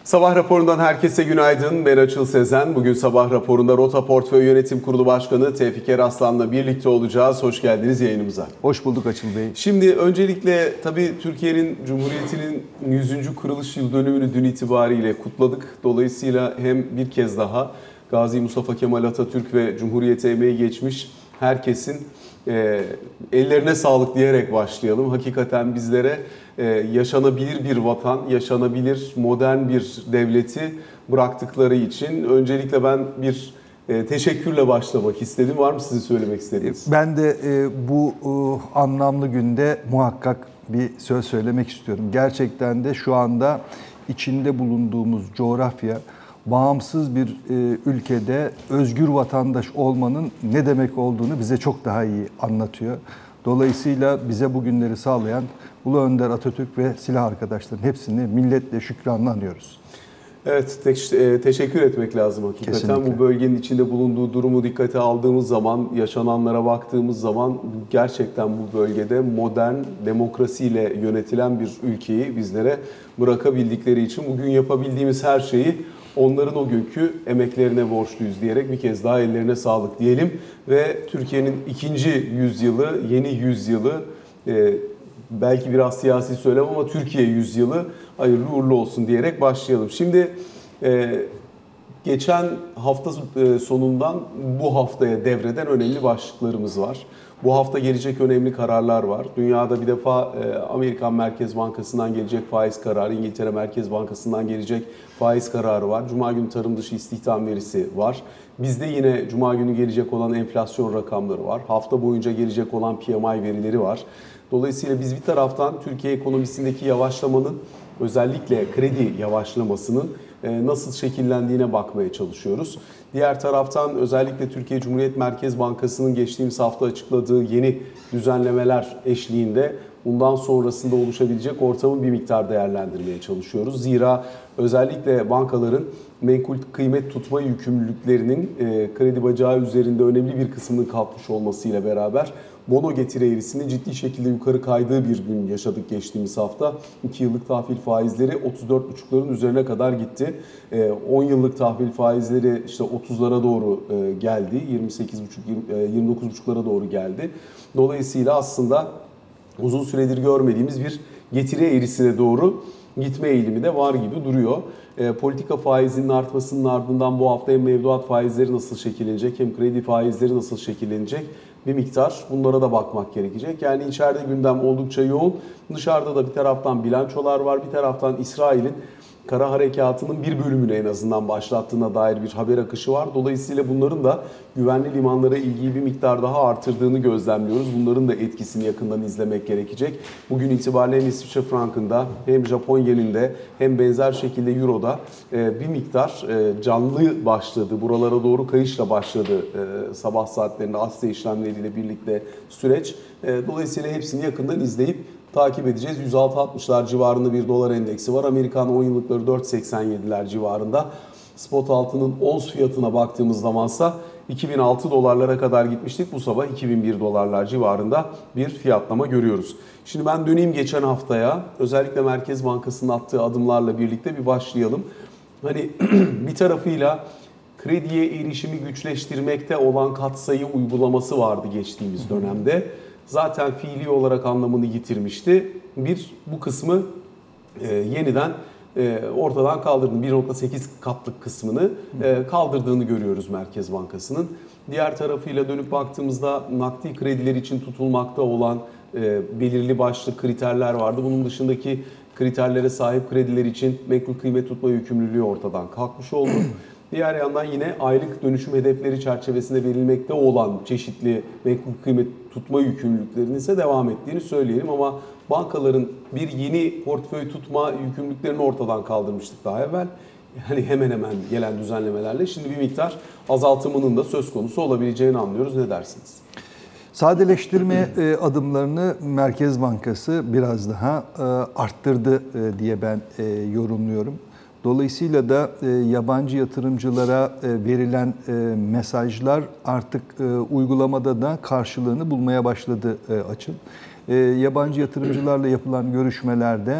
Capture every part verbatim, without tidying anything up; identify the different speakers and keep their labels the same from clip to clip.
Speaker 1: Sabah raporundan herkese günaydın. Ben Açıl Sezen. Bugün sabah raporunda Rota Portföy Yönetim Kurulu Başkanı Tevfik Eraslan'la birlikte olacağız. Hoş geldiniz yayınımıza.
Speaker 2: Hoş bulduk Açıl Bey.
Speaker 1: Şimdi öncelikle tabii Türkiye'nin Cumhuriyeti'nin yüzüncü kuruluş yıl dönümünü dün itibariyle kutladık. Dolayısıyla hem bir kez daha Gazi Mustafa Kemal Atatürk ve Cumhuriyet'e emeği geçmiş herkesin e, ellerine sağlık diyerek başlayalım. Hakikaten bizlere e, yaşanabilir bir vatan, yaşanabilir modern bir devleti bıraktıkları için öncelikle ben bir e, teşekkürle başlamak istedim. Var mı sizin söylemek istediğiniz?
Speaker 2: Ben de e, bu e, anlamlı günde muhakkak bir söz söylemek istiyorum. Gerçekten de şu anda içinde bulunduğumuz coğrafya, bağımsız bir e, ülkede özgür vatandaş olmanın ne demek olduğunu bize çok daha iyi anlatıyor. Dolayısıyla bize bu günleri sağlayan Ulu Önder Atatürk ve silah arkadaşların hepsini milletle şükranla anıyoruz.
Speaker 1: Evet, te- teşekkür etmek lazım hakikaten.
Speaker 2: Kesinlikle.
Speaker 1: Bu bölgenin içinde bulunduğu durumu dikkate aldığımız zaman, yaşananlara baktığımız zaman gerçekten bu bölgede modern, demokrasiyle yönetilen bir ülkeyi bizlere bırakabildikleri için bugün yapabildiğimiz her şeyi onların o günkü emeklerine borçluyuz diyerek bir kez daha ellerine sağlık diyelim. Ve Türkiye'nin ikinci yüzyılı, yeni yüzyılı, e, belki biraz siyasi söylem ama Türkiye yüzyılı hayırlı uğurlu olsun diyerek başlayalım. Şimdi e, geçen hafta sonundan bu haftaya devreden önemli başlıklarımız var. Bu hafta gelecek önemli kararlar var. Dünyada bir defa e, Amerikan Merkez Bankası'ndan gelecek faiz kararı, İngiltere Merkez Bankası'ndan gelecek faiz kararı var. Cuma günü tarım dışı istihdam verisi var. Bizde yine Cuma günü gelecek olan enflasyon rakamları var. Hafta boyunca gelecek olan P M I verileri var. Dolayısıyla biz bir taraftan Türkiye ekonomisindeki yavaşlamanın, özellikle kredi yavaşlamasının nasıl şekillendiğine bakmaya çalışıyoruz. Diğer taraftan özellikle Türkiye Cumhuriyet Merkez Bankası'nın geçtiğimiz hafta açıkladığı yeni düzenlemeler eşliğinde bundan sonrasında oluşabilecek ortamı bir miktar değerlendirmeye çalışıyoruz. Zira özellikle bankaların menkul kıymet tutma yükümlülüklerinin kredi bacağı üzerinde önemli bir kısmının kalkmış olmasıyla beraber bono getiri eğrisinin ciddi şekilde yukarı kaydığı bir gün yaşadık geçtiğimiz hafta. iki yıllık tahvil faizleri otuz dört buçukların üzerine kadar gitti. on yıllık tahvil faizleri işte otuzlara doğru geldi. yirmi sekiz buçuk yirmi dokuz buçuklara doğru geldi. Dolayısıyla aslında uzun süredir görmediğimiz bir getiri eğrisine doğru gitme eğilimi de var gibi duruyor. E, politika faizinin artmasının ardından bu hafta hem mevduat faizleri nasıl şekillenecek hem kredi faizleri nasıl şekillenecek bir miktar bunlara da bakmak gerekecek. Yani içeride gündem oldukça yoğun. Dışarıda da bir taraftan bilançolar var, bir taraftan İsrail'in kara harekatının bir bölümünü en azından başlattığına dair bir haber akışı var. Dolayısıyla bunların da güvenli limanlara ilgiyi bir miktar daha artırdığını gözlemliyoruz. Bunların da etkisini yakından izlemek gerekecek. Bugün itibariyle hem İsviçre frankında hem Japon yeninde hem benzer şekilde Euro'da bir miktar canlı başladı. Buralara doğru kayışla başladı sabah saatlerinde Asya işlemleriyle birlikte süreç. Dolayısıyla hepsini yakından izleyip takip edeceğiz. yüz altı altmışlar civarında bir dolar endeksi var. Amerikan on yıllıkları dört seksen yediler civarında. Spot altının ons fiyatına baktığımız zamansa iki bin altı dolarlara kadar gitmiştik. Bu sabah iki bin bir dolarlar civarında bir fiyatlama görüyoruz. Şimdi ben döneyim geçen haftaya. Özellikle Merkez Bankası'nın attığı adımlarla birlikte bir başlayalım. Hani bir tarafıyla krediye erişimi güçleştirmekte olan katsayı uygulaması vardı geçtiğimiz dönemde. Zaten fiili olarak anlamını yitirmişti. Bir, bu kısmı e, yeniden e, ortadan kaldırdığını, bir nokta sekiz katlık kısmını e, kaldırdığını görüyoruz Merkez Bankası'nın. Diğer tarafıyla dönüp baktığımızda nakdi krediler için tutulmakta olan e, belirli başlı kriterler vardı. Bunun dışındaki kriterlere sahip krediler için menkul kıymet tutma yükümlülüğü ortadan kalkmış oldu. Diğer yandan yine aylık dönüşüm hedefleri çerçevesinde verilmekte olan çeşitli menkul kıymet tutma yükümlülüklerinin ise devam ettiğini söyleyelim. Ama bankaların bir yeni portföy tutma yükümlülüklerini ortadan kaldırmıştık daha evvel. Yani hemen hemen gelen düzenlemelerle şimdi bir miktar azaltımının da söz konusu olabileceğini anlıyoruz. Ne dersiniz?
Speaker 2: Sadeleştirme adımlarını Merkez Bankası biraz daha arttırdı diye ben yorumluyorum. Dolayısıyla da e, yabancı yatırımcılara e, verilen e, mesajlar artık e, uygulamada da karşılığını bulmaya başladı e, Açıl. E, yabancı yatırımcılarla yapılan görüşmelerde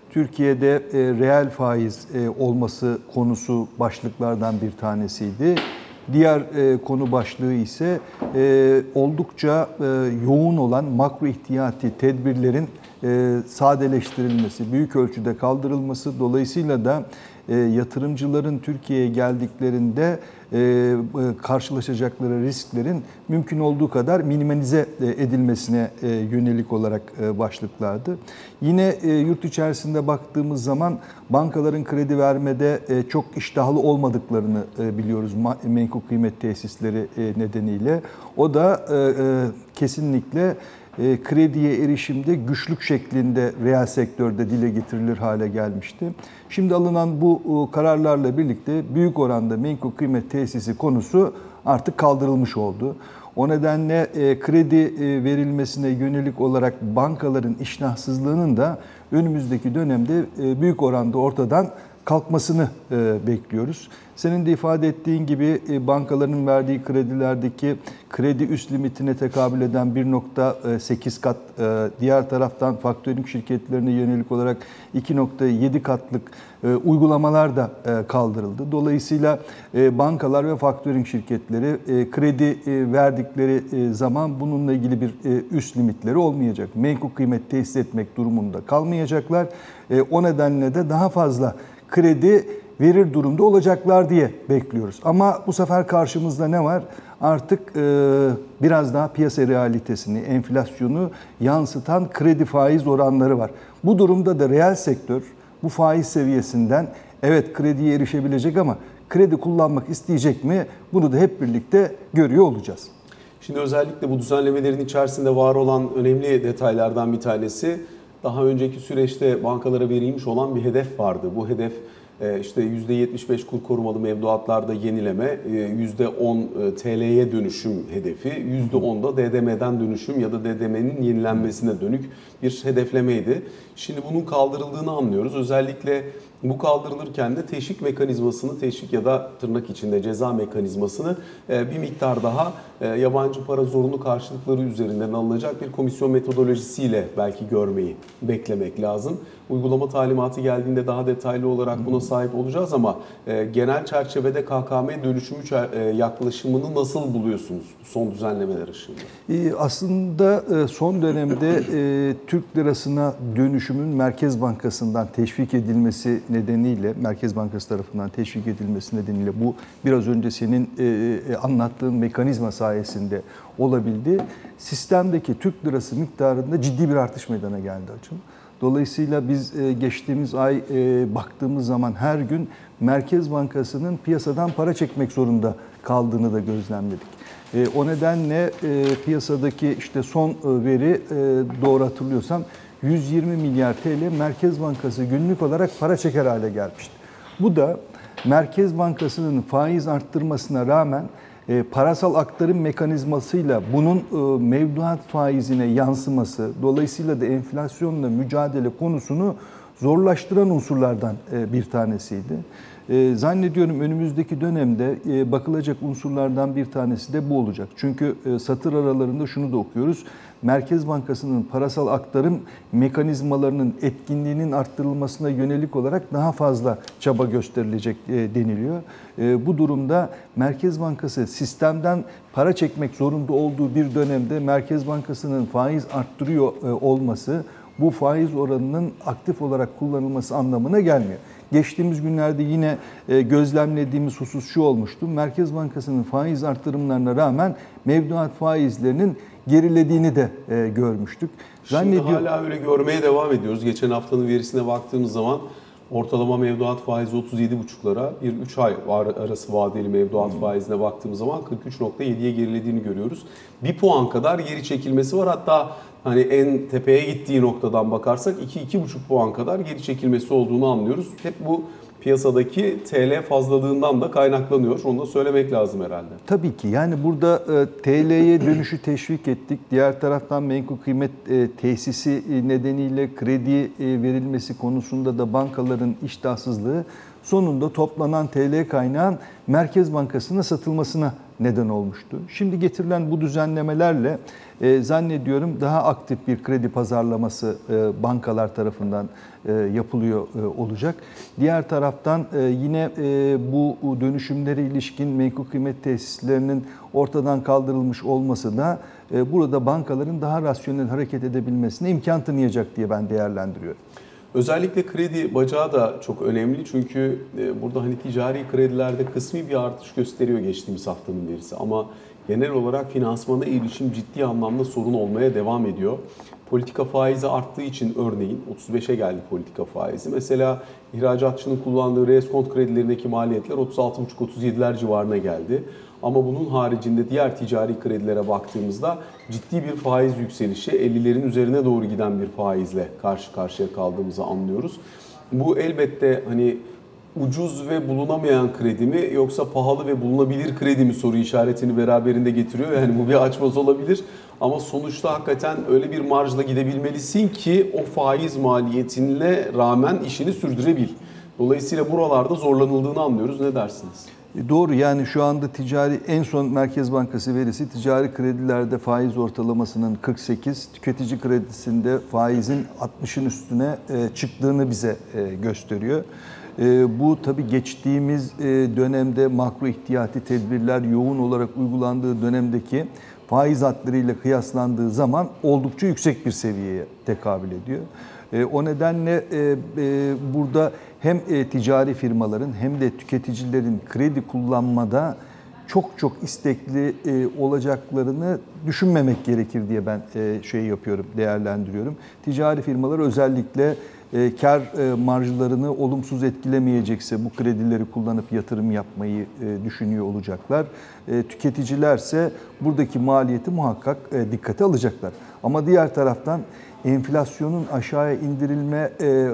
Speaker 2: Türkiye'de e, reel faiz e, olması konusu başlıklardan bir tanesiydi. Diğer e, konu başlığı ise e, oldukça e, yoğun olan makro ihtiyati tedbirlerin e, sadeleştirilmesi, büyük ölçüde kaldırılması, dolayısıyla da e, yatırımcıların Türkiye'ye geldiklerinde e, karşılaşacakları risklerin mümkün olduğu kadar minimalize edilmesine e, yönelik olarak e, başlıklardı. Yine e, yurt içerisinde baktığımız zaman bankaların kredi vermede e, çok iştahlı olmadıklarını e, biliyoruz menkul kıymet tesisleri e, nedeniyle. O da e, e, kesinlikle e, krediye erişimde güçlük şeklinde reel sektörde dile getirilir hale gelmişti. Şimdi alınan bu e, kararlarla birlikte büyük oranda menkul kıymet tesisi konusu artık kaldırılmış oldu. O nedenle e, kredi e, verilmesine yönelik olarak bankaların iştahsızlığının da önümüzdeki dönemde e, büyük oranda ortadan kalkmasını e, bekliyoruz. Senin de ifade ettiğin gibi e, bankaların verdiği kredilerdeki kredi üst limitine tekabül eden bir nokta sekiz kat, e, diğer taraftan faktörink şirketlerine yönelik olarak iki nokta yedi katlık e, uygulamalar da e, kaldırıldı. Dolayısıyla e, bankalar ve faktörink şirketleri e, kredi e, verdikleri e, zaman bununla ilgili bir e, üst limitleri olmayacak. Menkul kıymet tesis etmek durumunda kalmayacaklar. E, o nedenle de daha fazla kredi verir durumda olacaklar diye bekliyoruz. Ama bu sefer karşımızda ne var? Artık e, biraz daha piyasa realitesini, enflasyonu yansıtan kredi faiz oranları var. Bu durumda da reel sektör bu faiz seviyesinden evet krediye erişebilecek ama kredi kullanmak isteyecek mi? Bunu da hep birlikte görüyor olacağız.
Speaker 1: Şimdi özellikle bu düzenlemelerin içerisinde var olan önemli detaylardan bir tanesi, daha önceki süreçte bankalara verilmiş olan bir hedef vardı. Bu hedef işte yüzde yetmiş beş kur korumalı mevduatlarda yenileme, yüzde on T L'ye dönüşüm hedefi, yüzde on da D D M'den dönüşüm ya da D D M'nin yenilenmesine dönük bir hedeflemeydi. Şimdi bunun kaldırıldığını anlıyoruz. Özellikle bu kaldırılırken de teşvik mekanizmasını, teşvik ya da tırnak içinde ceza mekanizmasını bir miktar daha yabancı para zorunlu karşılıkları üzerinden alınacak bir komisyon metodolojisiyle belki görmeyi beklemek lazım. Uygulama talimatı geldiğinde daha detaylı olarak buna sahip olacağız ama genel çerçevede K K M dönüşümü yaklaşımını nasıl buluyorsunuz son düzenlemeler ışığında?
Speaker 2: Aslında son dönemde Türk lirasına dönüşümün Merkez Bankası'ndan teşvik edilmesi nedeniyle, Merkez Bankası tarafından teşvik edilmesi nedeniyle bu biraz önce senin anlattığın mekanizma sayesinde olabildi. Sistemdeki Türk lirası miktarında ciddi bir artış meydana geldi Acun. Dolayısıyla biz geçtiğimiz ay baktığımız zaman her gün Merkez Bankası'nın piyasadan para çekmek zorunda kaldığını da gözlemledik. O nedenle piyasadaki işte son veri doğru hatırlıyorsam yüz yirmi milyar T L Merkez Bankası günlük olarak para çeker hale gelmişti. Bu da Merkez Bankası'nın faiz arttırmasına rağmen E, parasal aktarım mekanizmasıyla bunun e, mevduat faizine yansıması, dolayısıyla da enflasyonla mücadele konusunu zorlaştıran unsurlardan e, bir tanesiydi. E, zannediyorum önümüzdeki dönemde e, bakılacak unsurlardan bir tanesi de bu olacak. Çünkü e, satır aralarında şunu da okuyoruz. Merkez Bankası'nın parasal aktarım mekanizmalarının etkinliğinin arttırılmasına yönelik olarak daha fazla çaba gösterilecek deniliyor. Bu durumda Merkez Bankası sistemden para çekmek zorunda olduğu bir dönemde Merkez Bankası'nın faiz arttırıyor olması bu faiz oranının aktif olarak kullanılması anlamına gelmiyor. Geçtiğimiz günlerde yine gözlemlediğimiz husus şu olmuştu. Merkez Bankası'nın faiz artırımlarına rağmen mevduat faizlerinin gerilediğini de e, görmüştük.
Speaker 1: Şimdi hala öyle görmeye devam ediyoruz. Geçen haftanın verisine baktığımız zaman ortalama mevduat faizi otuz yedi buçuklara, bir üç ay arası vadeli mevduat hmm. faizine baktığımız zaman kırk üç nokta yediye gerilediğini görüyoruz. Bir puan kadar geri çekilmesi var. Hatta hani en tepeye gittiği noktadan bakarsak iki iki buçuk puan kadar geri çekilmesi olduğunu anlıyoruz. Hep bu piyasadaki T L fazlalığından da kaynaklanıyor. Onu da söylemek lazım herhalde.
Speaker 2: Tabii ki. Yani burada T L'ye dönüşü teşvik ettik. Diğer taraftan menkul kıymet tesisi nedeniyle kredi verilmesi konusunda da bankaların iştahsızlığı sonunda toplanan T L kaynağın Merkez Bankası'na satılmasına neden olmuştu. Şimdi getirilen bu düzenlemelerle e, zannediyorum daha aktif bir kredi pazarlaması e, bankalar tarafından e, yapılıyor e, olacak. Diğer taraftan e, yine e, bu dönüşümlere ilişkin menkul kıymet tesislerinin ortadan kaldırılmış olması da e, burada bankaların daha rasyonel hareket edebilmesine imkan tanıyacak diye ben değerlendiriyorum.
Speaker 1: Özellikle kredi bacağı da çok önemli çünkü burada hani ticari kredilerde kısmi bir artış gösteriyor geçtiğimiz haftanın verisi ama genel olarak finansmana erişim ciddi anlamda sorun olmaya devam ediyor. Politika faizi arttığı için örneğin otuz beşe geldi politika faizi. Mesela ihracatçının kullandığı reskont kredilerindeki maliyetler otuz altı buçuk otuz yediler civarına geldi. Ama bunun haricinde diğer ticari kredilere baktığımızda ciddi bir faiz yükselişi, ellilerin üzerine doğru giden bir faizle karşı karşıya kaldığımızı anlıyoruz. Bu elbette hani ucuz ve bulunamayan kredi mi yoksa pahalı ve bulunabilir kredi mi soru işaretini beraberinde getiriyor. Yani bu bir açmaz olabilir ama sonuçta hakikaten öyle bir marjla gidebilmelisin ki o faiz maliyetinle rağmen işini sürdürebil. Dolayısıyla buralarda zorlanıldığını anlıyoruz. Ne dersiniz?
Speaker 2: Doğru, yani şu anda ticari en son Merkez Bankası verisi ticari kredilerde faiz ortalamasının kırk sekiz, tüketici kredisinde faizin altmışın üstüne çıktığını bize gösteriyor. Bu tabii geçtiğimiz dönemde makro ihtiyati tedbirler yoğun olarak uygulandığı dönemdeki faiz hatlarıyla kıyaslandığı zaman oldukça yüksek bir seviyeye tekabül ediyor. O nedenle burada hem ticari firmaların hem de tüketicilerin kredi kullanmada çok çok istekli olacaklarını düşünmemek gerekir diye ben şey yapıyorum, değerlendiriyorum. Ticari firmalar özellikle kar marjlarını olumsuz etkilemeyecekse bu kredileri kullanıp yatırım yapmayı düşünüyor olacaklar. Tüketicilerse buradaki maliyeti muhakkak dikkate alacaklar. Ama diğer taraftan enflasyonun aşağıya indirilme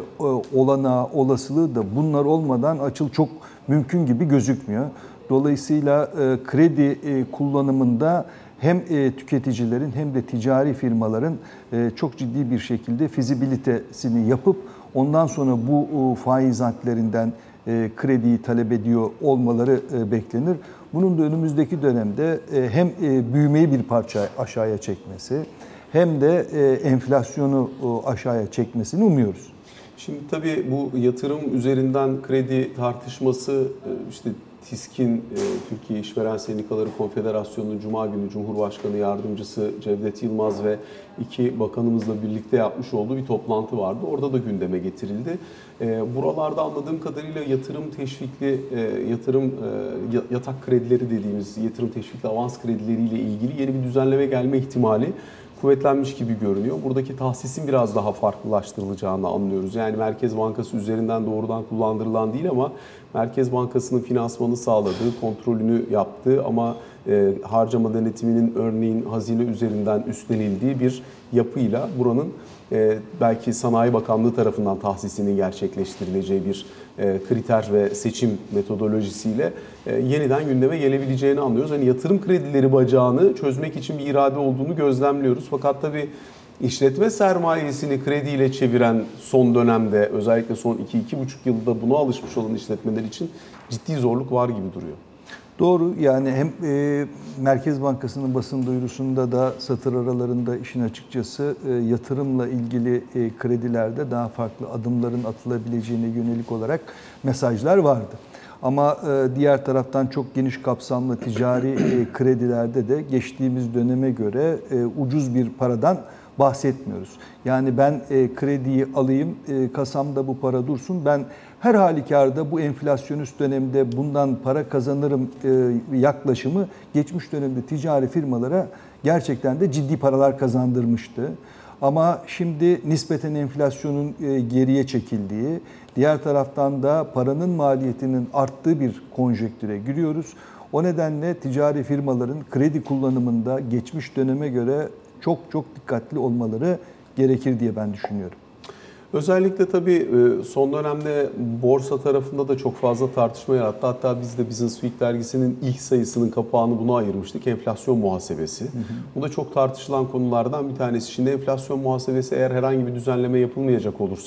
Speaker 2: olanağı, olasılığı da bunlar olmadan açıl çok mümkün gibi gözükmüyor. Dolayısıyla kredi kullanımında hem tüketicilerin hem de ticari firmaların çok ciddi bir şekilde fizibilitesini yapıp ondan sonra bu faizatlerinden krediyi talep ediyor olmaları beklenir. Bunun da önümüzdeki dönemde hem büyümeyi bir parça aşağıya çekmesi hem de enflasyonu aşağıya çekmesini umuyoruz.
Speaker 1: Şimdi tabii bu yatırım üzerinden kredi tartışması işte TİSK'in Türkiye İşveren Sendikaları Konfederasyonu'nun Cuma günü Cumhurbaşkanı Yardımcısı Cevdet Yılmaz ve iki bakanımızla birlikte yapmış olduğu bir toplantı vardı. Orada da gündeme getirildi. Buralarda anladığım kadarıyla yatırım teşvikli, yatırım yatak kredileri dediğimiz yatırım teşvikli avans kredileriyle ilgili yeni bir düzenleme gelme ihtimali kuvvetlenmiş gibi görünüyor. Buradaki tahsisin biraz daha farklılaştırılacağını anlıyoruz. Yani Merkez Bankası üzerinden doğrudan kullandırılan değil ama Merkez Bankası'nın finansmanı sağladığı, kontrolünü yaptığı ama e, harcama denetiminin örneğin hazine üzerinden üstlenildiği bir yapıyla buranın e, belki Sanayi Bakanlığı tarafından tahsisinin gerçekleştirileceği bir e, kriter ve seçim metodolojisiyle e, yeniden gündeme gelebileceğini anlıyoruz. Hani yatırım kredileri bacağını çözmek için bir irade olduğunu gözlemliyoruz. Fakat tabii işletme sermayesini krediyle çeviren son dönemde özellikle son iki iki buçuk yılda buna alışmış olan işletmeler için ciddi zorluk var gibi duruyor.
Speaker 2: Doğru, yani hem e, Merkez Bankası'nın basın duyurusunda da satır aralarında işin açıkçası e, yatırımla ilgili e, kredilerde daha farklı adımların atılabileceğine yönelik olarak mesajlar vardı. Ama e, diğer taraftan çok geniş kapsamlı ticari e, kredilerde de geçtiğimiz döneme göre e, ucuz bir paradan bahsetmiyoruz. Yani ben e, krediyi alayım, e, kasamda bu para dursun, ben her halükarda bu enflasyonist dönemde bundan para kazanırım e, yaklaşımı geçmiş dönemde ticari firmalara gerçekten de ciddi paralar kazandırmıştı. Ama şimdi nispeten enflasyonun e, geriye çekildiği, diğer taraftan da paranın maliyetinin arttığı bir konjektüre giriyoruz. O nedenle ticari firmaların kredi kullanımında geçmiş döneme göre çok çok dikkatli olmaları gerekir diye ben düşünüyorum.
Speaker 1: Özellikle tabii son dönemde borsa tarafında da çok fazla tartışma yarattı. Hatta biz de Business Week dergisinin ilk sayısının kapağını buna ayırmıştık. Enflasyon muhasebesi. Hı hı. Bu da çok tartışılan konulardan bir tanesi. Şimdi enflasyon muhasebesi eğer herhangi bir düzenleme yapılmayacak olursa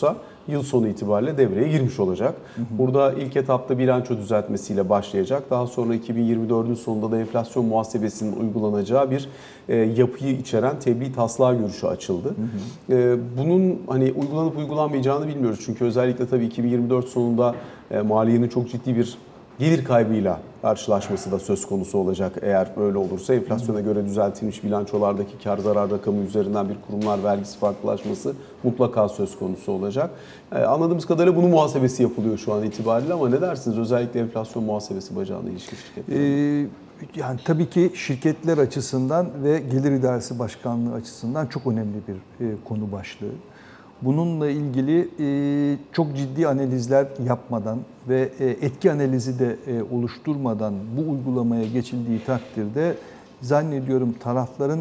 Speaker 1: yıl sonu itibariyle devreye girmiş olacak. Hı hı. Burada ilk etapta bilanço düzeltmesiyle başlayacak. Daha sonra iki bin yirmi dördün sonunda da enflasyon muhasebesinin uygulanacağı bir e, yapıyı içeren tebliğ taslağı görüşü açıldı. Hı hı. E, bunun hani uygulanıp uygulanmayacağını bilmiyoruz. Çünkü özellikle tabii iki bin yirmi dört sonunda e, maliyenin çok ciddi bir gelir kaybıyla karşılaşması da söz konusu olacak. Eğer böyle olursa enflasyona göre düzeltilmiş bilançolardaki kar zarar rakamı üzerinden bir kurumlar vergisi farklılaşması mutlaka söz konusu olacak. Ee, anladığımız kadarıyla bunun muhasebesi yapılıyor şu an itibariyle ama ne dersiniz? Özellikle enflasyon muhasebesi bacağına ilişkin şirketler.
Speaker 2: Ee, yani tabii ki şirketler açısından ve Gelir İdaresi Başkanlığı açısından çok önemli bir e, konu başlığı. Bununla ilgili çok ciddi analizler yapmadan ve etki analizi de oluşturmadan bu uygulamaya geçildiği takdirde zannediyorum tarafların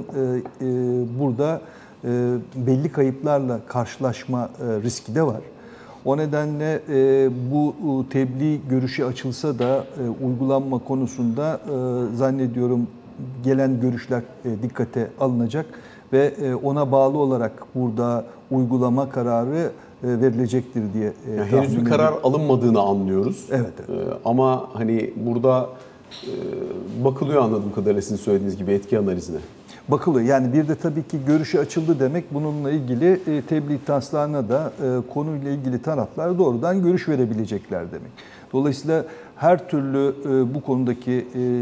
Speaker 2: burada belli kayıplarla karşılaşma riski de var. O nedenle bu tebliğ görüşü açılsa da uygulanma konusunda zannediyorum gelen görüşler dikkate alınacak ve ona bağlı olarak burada uygulama kararı verilecektir diye
Speaker 1: yani henüz bir karar alınmadığını anlıyoruz.
Speaker 2: Evet. evet.
Speaker 1: Ama hani burada bakılıyor anladığım kadarıyla sizin söylediğiniz gibi etki analizine.
Speaker 2: Bakılıyor. Yani bir de tabii ki görüşü açıldı demek bununla ilgili tebliğ taslağına da konuyla ilgili taraflar doğrudan görüş verebilecekler demek. Dolayısıyla her türlü bu konudaki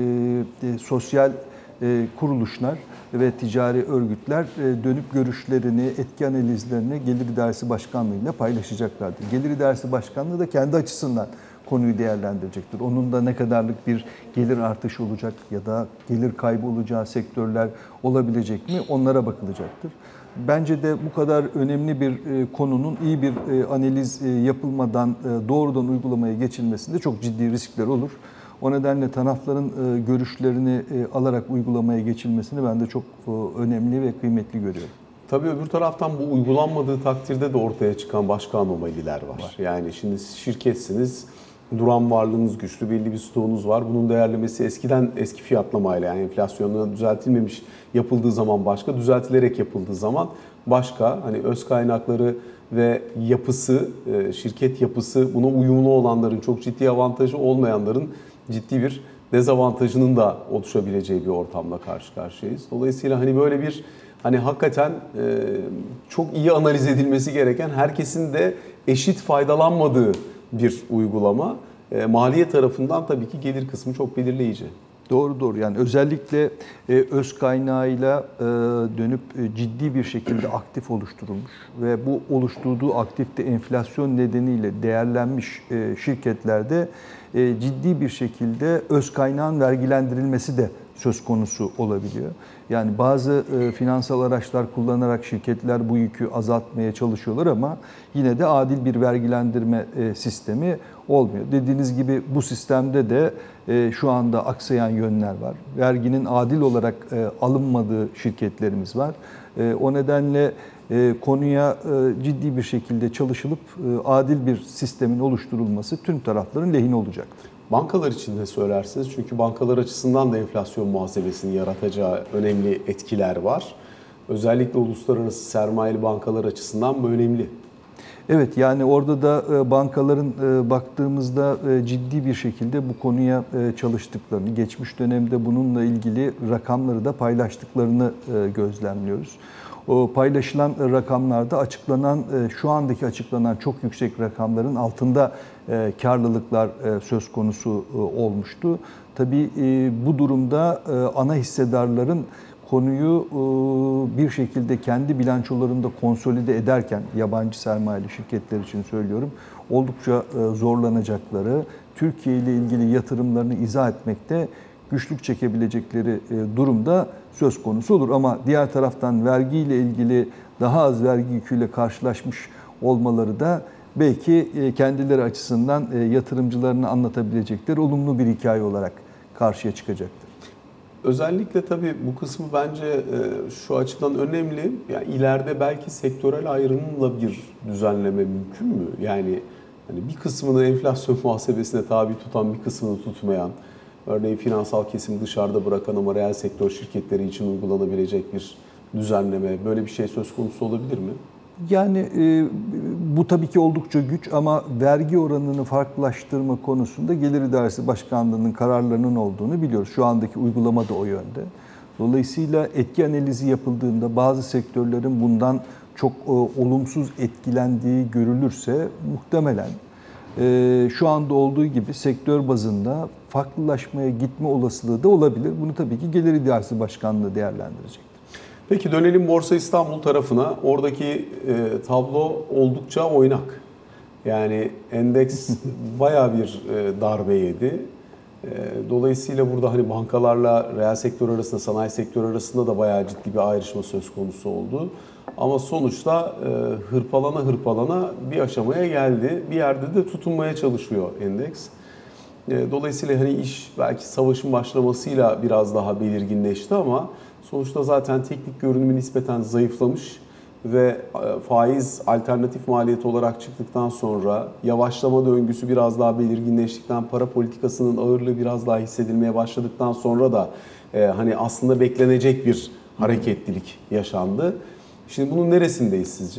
Speaker 2: sosyal kuruluşlar ve ticari örgütler dönüp görüşlerini, etki analizlerini Gelir İdaresi Başkanlığı ile paylaşacaklardır. Gelir İdaresi Başkanlığı da kendi açısından konuyu değerlendirecektir. Onun da ne kadarlık bir gelir artışı olacak ya da gelir kaybı olacağı sektörler olabilecek mi onlara bakılacaktır. Bence de bu kadar önemli bir konunun iyi bir analiz yapılmadan doğrudan uygulamaya geçilmesinde çok ciddi riskler olur. O nedenle tarafların görüşlerini alarak uygulamaya geçilmesini ben de çok önemli ve kıymetli görüyorum.
Speaker 1: Tabii öbür taraftan bu uygulanmadığı takdirde de ortaya çıkan başka anomaliler var. var. Yani şimdi şirketsiniz, duran varlığınız güçlü, belli bir stoğunuz var. Bunun değerlemesi eskiden eski fiyatlamayla yani enflasyonla düzeltilmemiş yapıldığı zaman başka, düzeltilerek yapıldığı zaman başka. Hani öz kaynakları ve yapısı, şirket yapısı buna uyumlu olanların çok ciddi avantajı olmayanların ciddi bir dezavantajının da oluşabileceği bir ortamla karşı karşıyayız. Dolayısıyla hani böyle bir hani hakikaten çok iyi analiz edilmesi gereken, herkesin de eşit faydalanmadığı bir uygulama. Maliye tarafından tabii ki gelir kısmı çok belirleyici.
Speaker 2: Doğru doğru. Yani özellikle öz kaynağıyla dönüp ciddi bir şekilde aktif oluşturulmuş ve bu oluşturduğu aktifte enflasyon nedeniyle değerlenmiş şirketlerde ciddi bir şekilde öz kaynağın vergilendirilmesi de söz konusu olabiliyor. Yani bazı finansal araçlar kullanarak şirketler bu yükü azaltmaya çalışıyorlar ama yine de adil bir vergilendirme sistemi olmuyor. Dediğiniz gibi bu sistemde de şu anda aksayan yönler var. Verginin adil olarak alınmadığı şirketlerimiz var. O nedenle konuya ciddi bir şekilde çalışılıp adil bir sistemin oluşturulması tüm tarafların lehine olacaktır.
Speaker 1: Bankalar için ne söylersiniz? Çünkü bankalar açısından da enflasyon muhasebesinin yaratacağı önemli etkiler var. Özellikle uluslararası sermayeli bankalar açısından bu önemli.
Speaker 2: Evet, yani orada da bankaların baktığımızda ciddi bir şekilde bu konuya çalıştıklarını, geçmiş dönemde bununla ilgili rakamları da paylaştıklarını gözlemliyoruz. O paylaşılan rakamlarda açıklanan, şu andaki açıklanan çok yüksek rakamların altında karlılıklar söz konusu olmuştu. Tabii bu durumda ana hissedarların konuyu bir şekilde kendi bilançolarında konsolide ederken, yabancı sermayeli şirketler için söylüyorum, oldukça zorlanacakları, Türkiye ile ilgili yatırımlarını izah etmekte güçlük çekebilecekleri durumda söz konusu olur. Ama diğer taraftan vergiyle ilgili daha az vergi yüküyle karşılaşmış olmaları da belki kendileri açısından yatırımcılarını anlatabilecekleri olumlu bir hikaye olarak karşıya çıkacaktır.
Speaker 1: Özellikle tabii bu kısmı bence şu açıdan önemli. Yani ileride belki sektörel ayrımla bir düzenleme mümkün mü? Yani hani bir kısmını enflasyon muhasebesine tabi tutan, bir kısmını tutmayan, örneğin finansal kesimi dışarıda bırakan ama reel sektör şirketleri için uygulanabilecek bir düzenleme, böyle bir şey söz konusu olabilir mi?
Speaker 2: Yani e, bu tabii ki oldukça güç ama vergi oranını farklılaştırma konusunda Gelir İdaresi Başkanlığı'nın kararlarının olduğunu biliyoruz. Şu andaki uygulama da o yönde. Dolayısıyla etki analizi yapıldığında bazı sektörlerin bundan çok e, olumsuz etkilendiği görülürse muhtemelen e, şu anda olduğu gibi sektör bazında farklılaşmaya gitme olasılığı da olabilir. Bunu tabii ki Gelir İdaresi Başkanlığı değerlendirecek.
Speaker 1: Peki dönelim Borsa İstanbul tarafına. Oradaki e, tablo oldukça oynak. Yani endeks bayağı bir e, darbe yedi. E, dolayısıyla burada hani bankalarla reel sektör arasında, sanayi sektörü arasında da bayağı ciddi bir ayrışma söz konusu oldu. Ama sonuçta e, hırpalana hırpalana bir aşamaya geldi. Bir yerde de tutunmaya çalışıyor endeks. E, dolayısıyla hani iş belki savaşın başlamasıyla biraz daha belirginleşti ama sonuçta zaten teknik görünümü nispeten zayıflamış ve faiz alternatif maliyeti olarak çıktıktan sonra yavaşlama döngüsü biraz daha belirginleştikten, para politikasının ağırlığı biraz daha hissedilmeye başladıktan sonra da e, hani aslında beklenecek bir hareketlilik yaşandı. Şimdi bunun neresindeyiz sizce?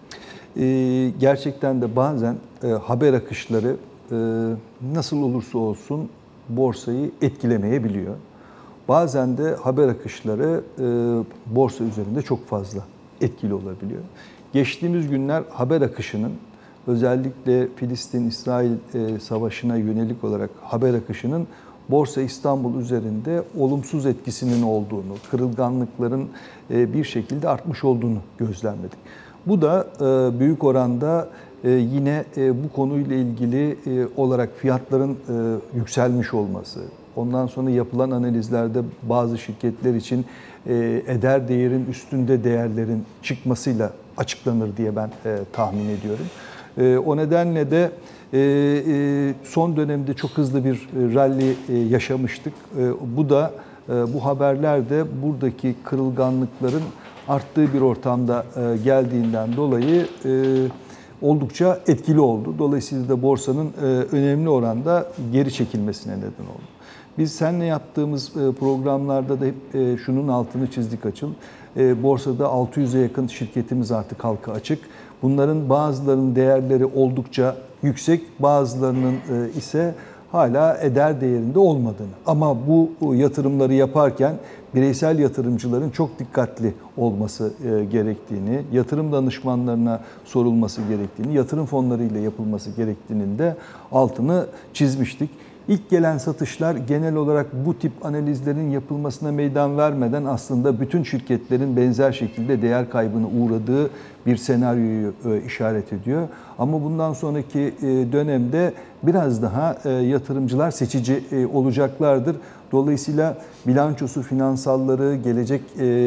Speaker 2: Ee, gerçekten de bazen e, haber akışları e, nasıl olursa olsun borsayı etkilemeyebiliyor. Bazen de haber akışları e, borsa üzerinde çok fazla etkili olabiliyor. Geçtiğimiz günler haber akışının özellikle Filistin-İsrail e, savaşına yönelik olarak haber akışının Borsa İstanbul üzerinde olumsuz etkisinin olduğunu, kırılganlıkların e, bir şekilde artmış olduğunu gözlemledik. Bu da e, büyük oranda e, yine e, bu konuyla ilgili e, olarak fiyatların e, yükselmiş olması, ondan sonra yapılan analizlerde bazı şirketler için e, eder değerin üstünde değerlerin çıkmasıyla açıklanır diye ben e, tahmin ediyorum. E, o nedenle de e, e, son dönemde çok hızlı bir rally e, yaşamıştık. E, bu da e, bu haberler de buradaki kırılganlıkların arttığı bir ortamda e, geldiğinden dolayı e, oldukça etkili oldu. Dolayısıyla da borsanın e, önemli oranda geri çekilmesine neden oldu. Biz seninle yaptığımız programlarda da hep şunun altını çizdik Açıl. Borsada altı yüze yakın şirketimiz artık halka açık. Bunların bazılarının değerleri oldukça yüksek, bazılarının ise hala eder değerinde olmadığını. Ama bu yatırımları yaparken bireysel yatırımcıların çok dikkatli olması gerektiğini, yatırım danışmanlarına sorulması gerektiğini, yatırım fonlarıyla yapılması gerektiğinin de altını çizmiştik. İlk gelen satışlar genel olarak bu tip analizlerin yapılmasına meydan vermeden aslında bütün şirketlerin benzer şekilde değer kaybına uğradığı bir senaryoyu işaret ediyor. Ama bundan sonraki dönemde biraz daha yatırımcılar seçici olacaklardır. Dolayısıyla bilançosu, finansalları, gelecek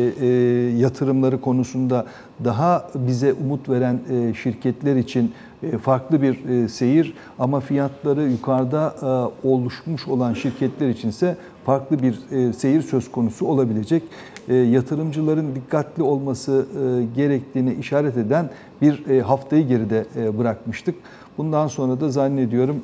Speaker 2: yatırımları konusunda daha bize umut veren şirketler için farklı bir seyir ama fiyatları yukarıda oluşmuş olan şirketler içinse farklı bir seyir söz konusu olabilecek. Yatırımcıların dikkatli olması gerektiğini işaret eden bir haftayı geride bırakmıştık. Bundan sonra da zannediyorum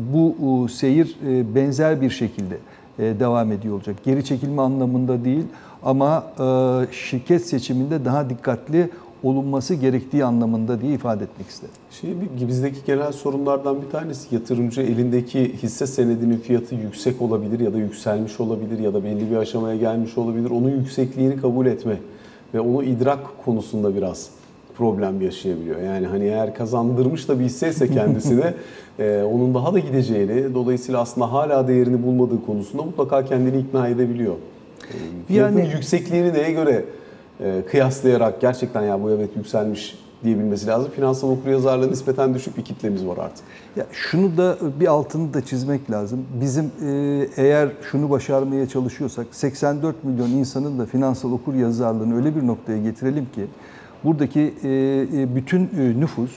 Speaker 2: bu seyir benzer bir şekilde devam ediyor olacak. Geri çekilme anlamında değil ama şirket seçiminde daha dikkatli olunması gerektiği anlamında diye ifade etmek istedim.
Speaker 1: Şimdi bizdeki genel sorunlardan bir tanesi yatırımcı elindeki hisse senedinin fiyatı yüksek olabilir ya da yükselmiş olabilir ya da belli bir aşamaya gelmiş olabilir. Onun yüksekliğini kabul etme ve onu idrak konusunda biraz problem yaşayabiliyor. Yani hani eğer kazandırmış da bir hisseyse kendisine e, onun daha da gideceğini, dolayısıyla aslında hala değerini bulmadığı konusunda mutlaka kendini ikna edebiliyor. E, fiyatın yani, yüksekliğini neye göre e, kıyaslayarak gerçekten ya bu evet yükselmiş diyebilmesi lazım. Finansal okuryazarlığa nispeten düşük bir kitlemiz var artık.
Speaker 2: Ya şunu da bir altını da çizmek lazım. Bizim e, eğer şunu başarmaya çalışıyorsak seksen dört milyon insanın da finansal okuryazarlığını öyle bir noktaya getirelim ki buradaki e, bütün e, nüfus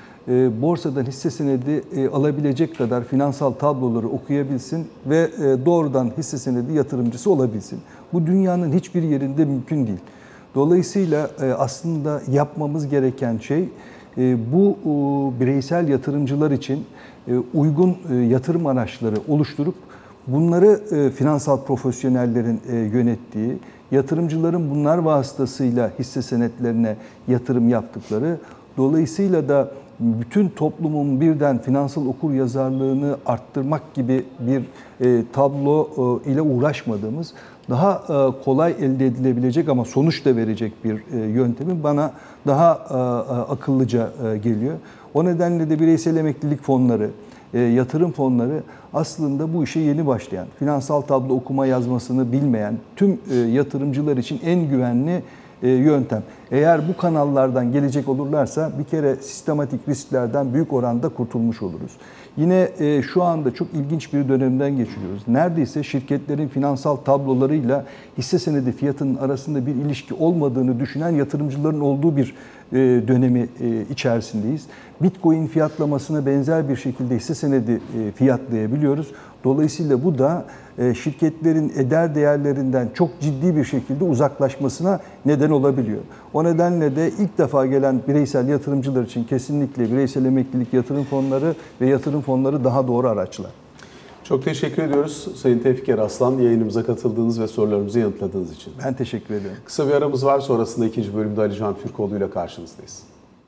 Speaker 2: e, borsadan hisse senedi e, alabilecek kadar finansal tabloları okuyabilsin ve e, doğrudan hisse senedi yatırımcısı olabilsin. Bu dünyanın hiçbir yerinde mümkün değil. Dolayısıyla e, aslında yapmamız gereken şey e, bu e, bireysel yatırımcılar için e, uygun e, yatırım araçları oluşturup bunları e, finansal profesyonellerin e, yönettiği, yatırımcıların bunlar vasıtasıyla hisse senetlerine yatırım yaptıkları, dolayısıyla da bütün toplumun birden finansal okuryazarlığını arttırmak gibi bir e, tablo e, ile uğraşmadığımız, daha e, kolay elde edilebilecek ama sonuç da verecek bir e, yöntemi bana daha e, akıllıca e, geliyor. O nedenle de bireysel emeklilik fonları, e, yatırım fonları aslında bu işe yeni başlayan, finansal tablo okuma yazmasını bilmeyen tüm e, yatırımcılar için en güvenli e, yöntem. Eğer bu kanallardan gelecek olurlarsa bir kere sistematik risklerden büyük oranda kurtulmuş oluruz. Yine e, şu anda çok ilginç bir dönemden geçiriyoruz. Neredeyse şirketlerin finansal tablolarıyla hisse senedi fiyatının arasında bir ilişki olmadığını düşünen yatırımcıların olduğu bir e, dönemi e, içerisindeyiz. Bitcoin fiyatlamasına benzer bir şekilde hisse senedi e, fiyatlayabiliyoruz. Dolayısıyla bu da e, şirketlerin eder değerlerinden çok ciddi bir şekilde uzaklaşmasına neden olabiliyor. O nedenle de ilk defa gelen bireysel yatırımcılar için kesinlikle bireysel emeklilik yatırım fonları ve yatırım fonları daha doğru araçlar.
Speaker 1: Çok teşekkür ediyoruz Sayın Tevfik Eraslan, yayınımıza katıldığınız ve sorularımızı yanıtladığınız için.
Speaker 2: Ben teşekkür ederim.
Speaker 1: Kısa bir aramız var, sonrasında ikinci bölümde Ali Can Türkoğlu ile karşınızdayız.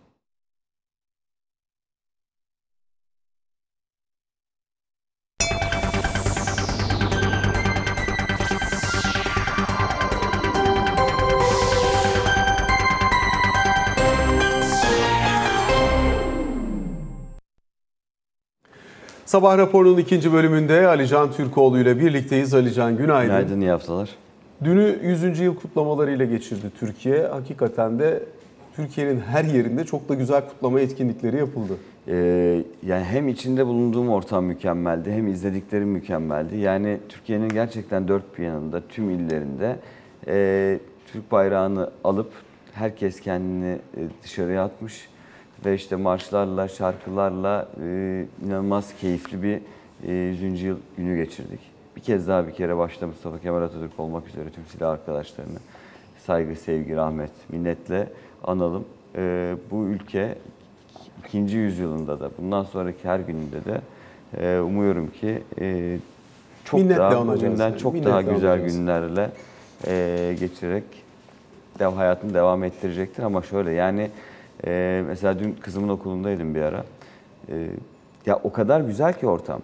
Speaker 1: Sabah raporunun ikinci bölümünde Ali Can Türkoğlu ile birlikteyiz. Ali Can, günaydın.
Speaker 3: Günaydın, iyi haftalar.
Speaker 1: Dünü yüzüncü yıl kutlamalarıyla geçirdi Türkiye. Hakikaten de Türkiye'nin her yerinde çok da güzel kutlama etkinlikleri yapıldı.
Speaker 3: Ee, yani hem içinde bulunduğum ortam mükemmeldi, hem izlediklerim mükemmeldi. Yani Türkiye'nin gerçekten dört bir yanında, tüm illerinde e, Türk bayrağını alıp herkes kendini e, dışarıya atmış. Ve işte marşlarla, şarkılarla e, inanılmaz keyifli bir e, yüzüncü yıl günü geçirdik. Bir kez daha bir kere başta Mustafa Kemal Atatürk olmak üzere tüm silah arkadaşlarını saygı, sevgi, rahmet, minnetle analım. E, bu ülke ikinci yüzyılında da bundan sonraki her gününde de e, umuyorum ki e, çok
Speaker 1: Minnetle
Speaker 3: daha
Speaker 1: anacağız
Speaker 3: bugünden
Speaker 1: yani.
Speaker 3: çok
Speaker 1: Minnetle
Speaker 3: daha güzel
Speaker 1: anacağız.
Speaker 3: günlerle e, geçirerek dev, hayatını devam ettirecektir. Ama şöyle yani e, mesela dün kızımın okulundaydım bir ara. E, ya o kadar güzel ki ortam.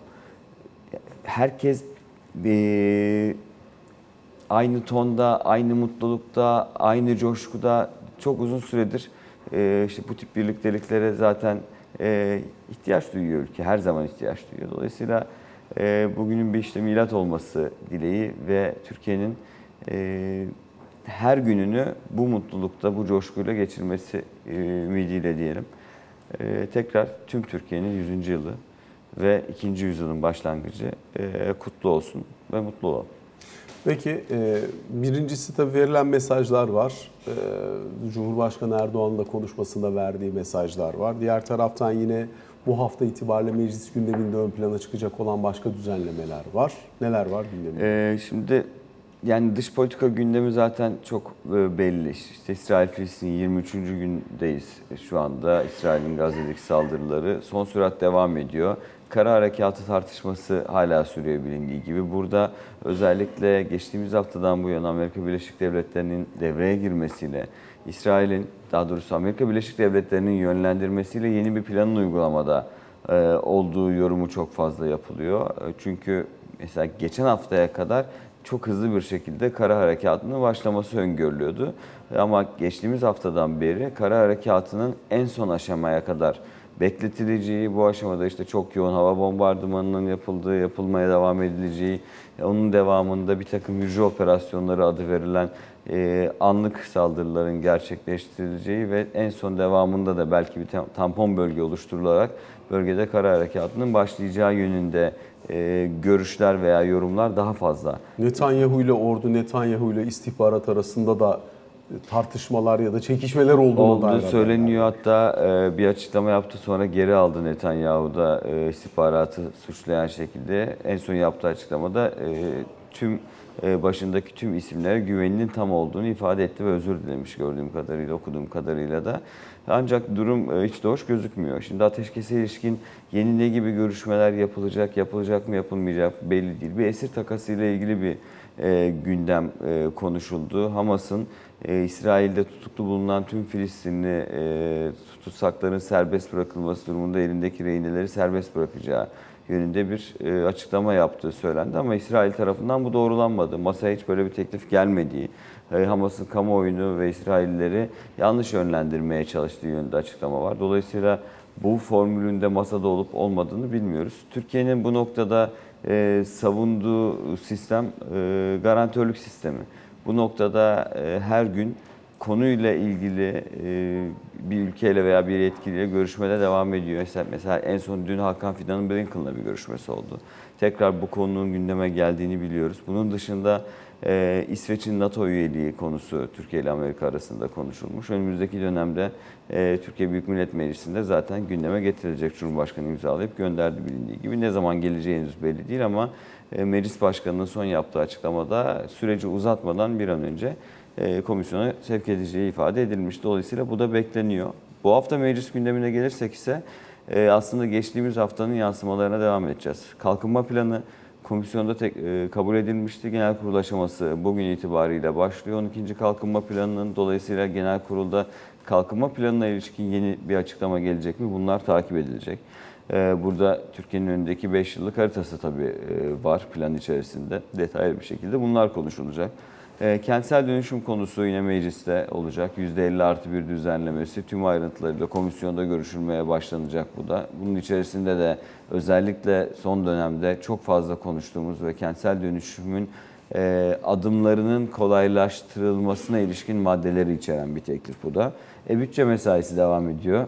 Speaker 3: Herkes e, aynı tonda, aynı mutlulukta, aynı coşkuda çok uzun süredir e, işte bu tip birlikteliklere zaten e, ihtiyaç duyuyor ülke. Her zaman ihtiyaç duyuyor. Dolayısıyla e, bugünün bir işte milat olması dileği ve Türkiye'nin e, her gününü bu mutlulukta, bu coşkuyla geçirmesi e, ümidiyle diyelim. E, tekrar tüm Türkiye'nin yüzüncü yılı ve ikinci yüzyılın başlangıcı e, kutlu olsun ve mutlu olalım.
Speaker 1: Peki, birincisi tabii verilen mesajlar var. Cumhurbaşkanı Erdoğan'ın da konuşmasında verdiği mesajlar var. Diğer taraftan yine bu hafta itibariyle meclis gündeminde ön plana çıkacak olan başka düzenlemeler var. Neler var gündeminde?
Speaker 3: Ee, şimdi yani dış politika gündemi zaten çok belli. İşte İsrail-Filistin yirmi üçüncü gündeyiz şu anda. İsrail'in Gazze'deki saldırıları son sürat devam ediyor. Kara harekatı tartışması hala sürüyor bilindiği gibi. Burada özellikle geçtiğimiz haftadan bu yana Amerika Birleşik Devletleri'nin devreye girmesiyle, İsrail'in, daha doğrusu Amerika Birleşik Devletleri'nin yönlendirmesiyle yeni bir planın uygulamada e, olduğu yorumu çok fazla yapılıyor. Çünkü mesela geçen haftaya kadar çok hızlı bir şekilde kara harekatının başlaması öngörülüyordu. Ama geçtiğimiz haftadan beri kara harekatının en son aşamaya kadar bekletileceği, bu aşamada işte çok yoğun hava bombardımanının yapıldığı, yapılmaya devam edileceği, onun devamında bir takım hücre operasyonları adı verilen e, anlık saldırıların gerçekleştirileceği ve en son devamında da belki bir tampon bölge oluşturularak bölgede kara harekatının başlayacağı yönünde e, görüşler veya yorumlar daha fazla.
Speaker 1: Netanyahu ile ordu, Netanyahu ile istihbarat arasında da tartışmalar ya da çekişmeler olduğuna
Speaker 3: Olduğu
Speaker 1: dair
Speaker 3: söyleniyor. Hatta e, bir açıklama yaptı, sonra geri aldı Netanyahu da e, istihbaratı suçlayan şekilde. En son yaptığı açıklamada e, tüm e, başındaki tüm isimlere güveninin tam olduğunu ifade etti ve özür dilemiş gördüğüm kadarıyla, okuduğum kadarıyla da. Ancak durum e, hiç de hoş gözükmüyor. Şimdi ateşkese ilişkin yeni ne gibi görüşmeler yapılacak, yapılacak mı yapılmayacak belli değil. Bir esir takasıyla ilgili bir e, gündem e, konuşuldu. Hamas'ın e, İsrail'de tutuklu bulunan tüm Filistinli e, tutsakların serbest bırakılması durumunda elindeki rehineleri serbest bırakacağı yönünde bir e, açıklama yaptığı söylendi. Ama İsrail tarafından bu doğrulanmadı. Masaya hiç böyle bir teklif gelmediği, e, Hamas'ın kamuoyunu ve İsraillileri yanlış yönlendirmeye çalıştığı yönünde açıklama var. Dolayısıyla bu formülünde masada olup olmadığını bilmiyoruz. Türkiye'nin bu noktada e, savunduğu sistem e, garantörlük sistemi. Bu noktada e, her gün konuyla ilgili e, bir ülkeyle veya bir yetkiliyle görüşmede devam ediyor. Mesela, mesela en son dün Hakan Fidan'ın Blinken'la bir görüşmesi oldu. Tekrar bu konunun gündeme geldiğini biliyoruz. Bunun dışında e, İsveç'in NATO üyeliği konusu Türkiye ile Amerika arasında konuşulmuş. Önümüzdeki dönemde e, Türkiye Büyük Millet Meclisi'nde zaten gündeme getirilecek, Cumhurbaşkanı imzalayıp gönderdi bilindiği gibi. Ne zaman geleceği henüz belli değil ama e, Meclis Başkanı'nın son yaptığı açıklamada süreci uzatmadan bir an önce e, komisyona sevk edeceği ifade edilmiş. Dolayısıyla bu da bekleniyor. Bu hafta meclis gündemine gelirsek ise e, aslında geçtiğimiz haftanın yansımalarına devam edeceğiz. Kalkınma planı komisyonda tek, e, kabul edilmişti. Genel kurul aşaması bugün itibariyle başlıyor. on ikinci kalkınma planının dolayısıyla genel kurulda kalkınma planına ilişkin yeni bir açıklama gelecek mi? Bunlar takip edilecek. E, burada Türkiye'nin önündeki beş yıllık haritası tabii e, var plan içerisinde. Detaylı bir şekilde bunlar konuşulacak. E, kentsel dönüşüm konusu yine mecliste olacak. yüzde elli artı bir düzenlemesi tüm ayrıntılarıyla komisyonda görüşülmeye başlanacak bu da. Bunun içerisinde de özellikle son dönemde çok fazla konuştuğumuz ve kentsel dönüşümün e, adımlarının kolaylaştırılmasına ilişkin maddeleri içeren bir teklif bu da. E, bütçe mesaisi devam ediyor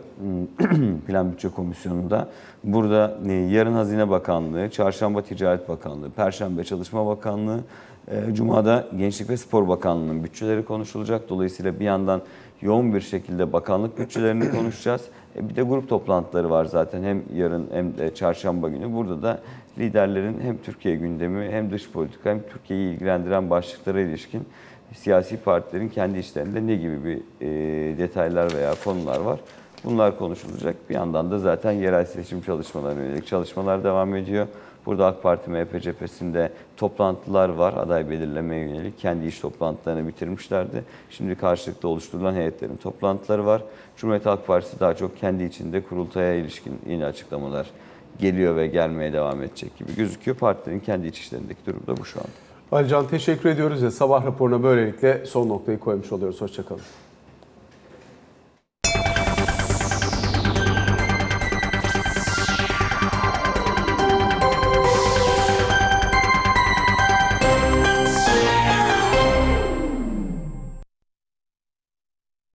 Speaker 3: Plan Bütçe Komisyonu'nda. Burada e, yarın Hazine Bakanlığı, Çarşamba Ticaret Bakanlığı, Perşembe Çalışma Bakanlığı, e, Cuma'da Gençlik ve Spor Bakanlığı'nın bütçeleri konuşulacak. Dolayısıyla bir yandan yoğun bir şekilde bakanlık bütçelerini konuşacağız. E, bir de grup toplantıları var zaten hem yarın hem de çarşamba günü. Burada da liderlerin hem Türkiye gündemi hem dış politika hem Türkiye'yi ilgilendiren başlıklara ilişkin siyasi partilerin kendi işlerinde ne gibi bir e, detaylar veya konular var. Bunlar konuşulacak. Bir yandan da zaten yerel seçim çalışmalarına yönelik çalışmalar devam ediyor. Burada AK Parti M H P cephesinde toplantılar var. Aday belirlemeye yönelik kendi iş toplantılarını bitirmişlerdi. Şimdi karşılıklı oluşturulan heyetlerin toplantıları var. Cumhuriyet Halk Partisi daha çok kendi içinde kurultaya ilişkin yeni açıklamalar geliyor ve gelmeye devam edecek gibi gözüküyor. Partilerin kendi iç işlerindeki durum da bu şu anda.
Speaker 1: Ali Can teşekkür ediyoruz ve sabah raporuna böylelikle son noktayı koymuş oluyoruz. Hoşça kalın.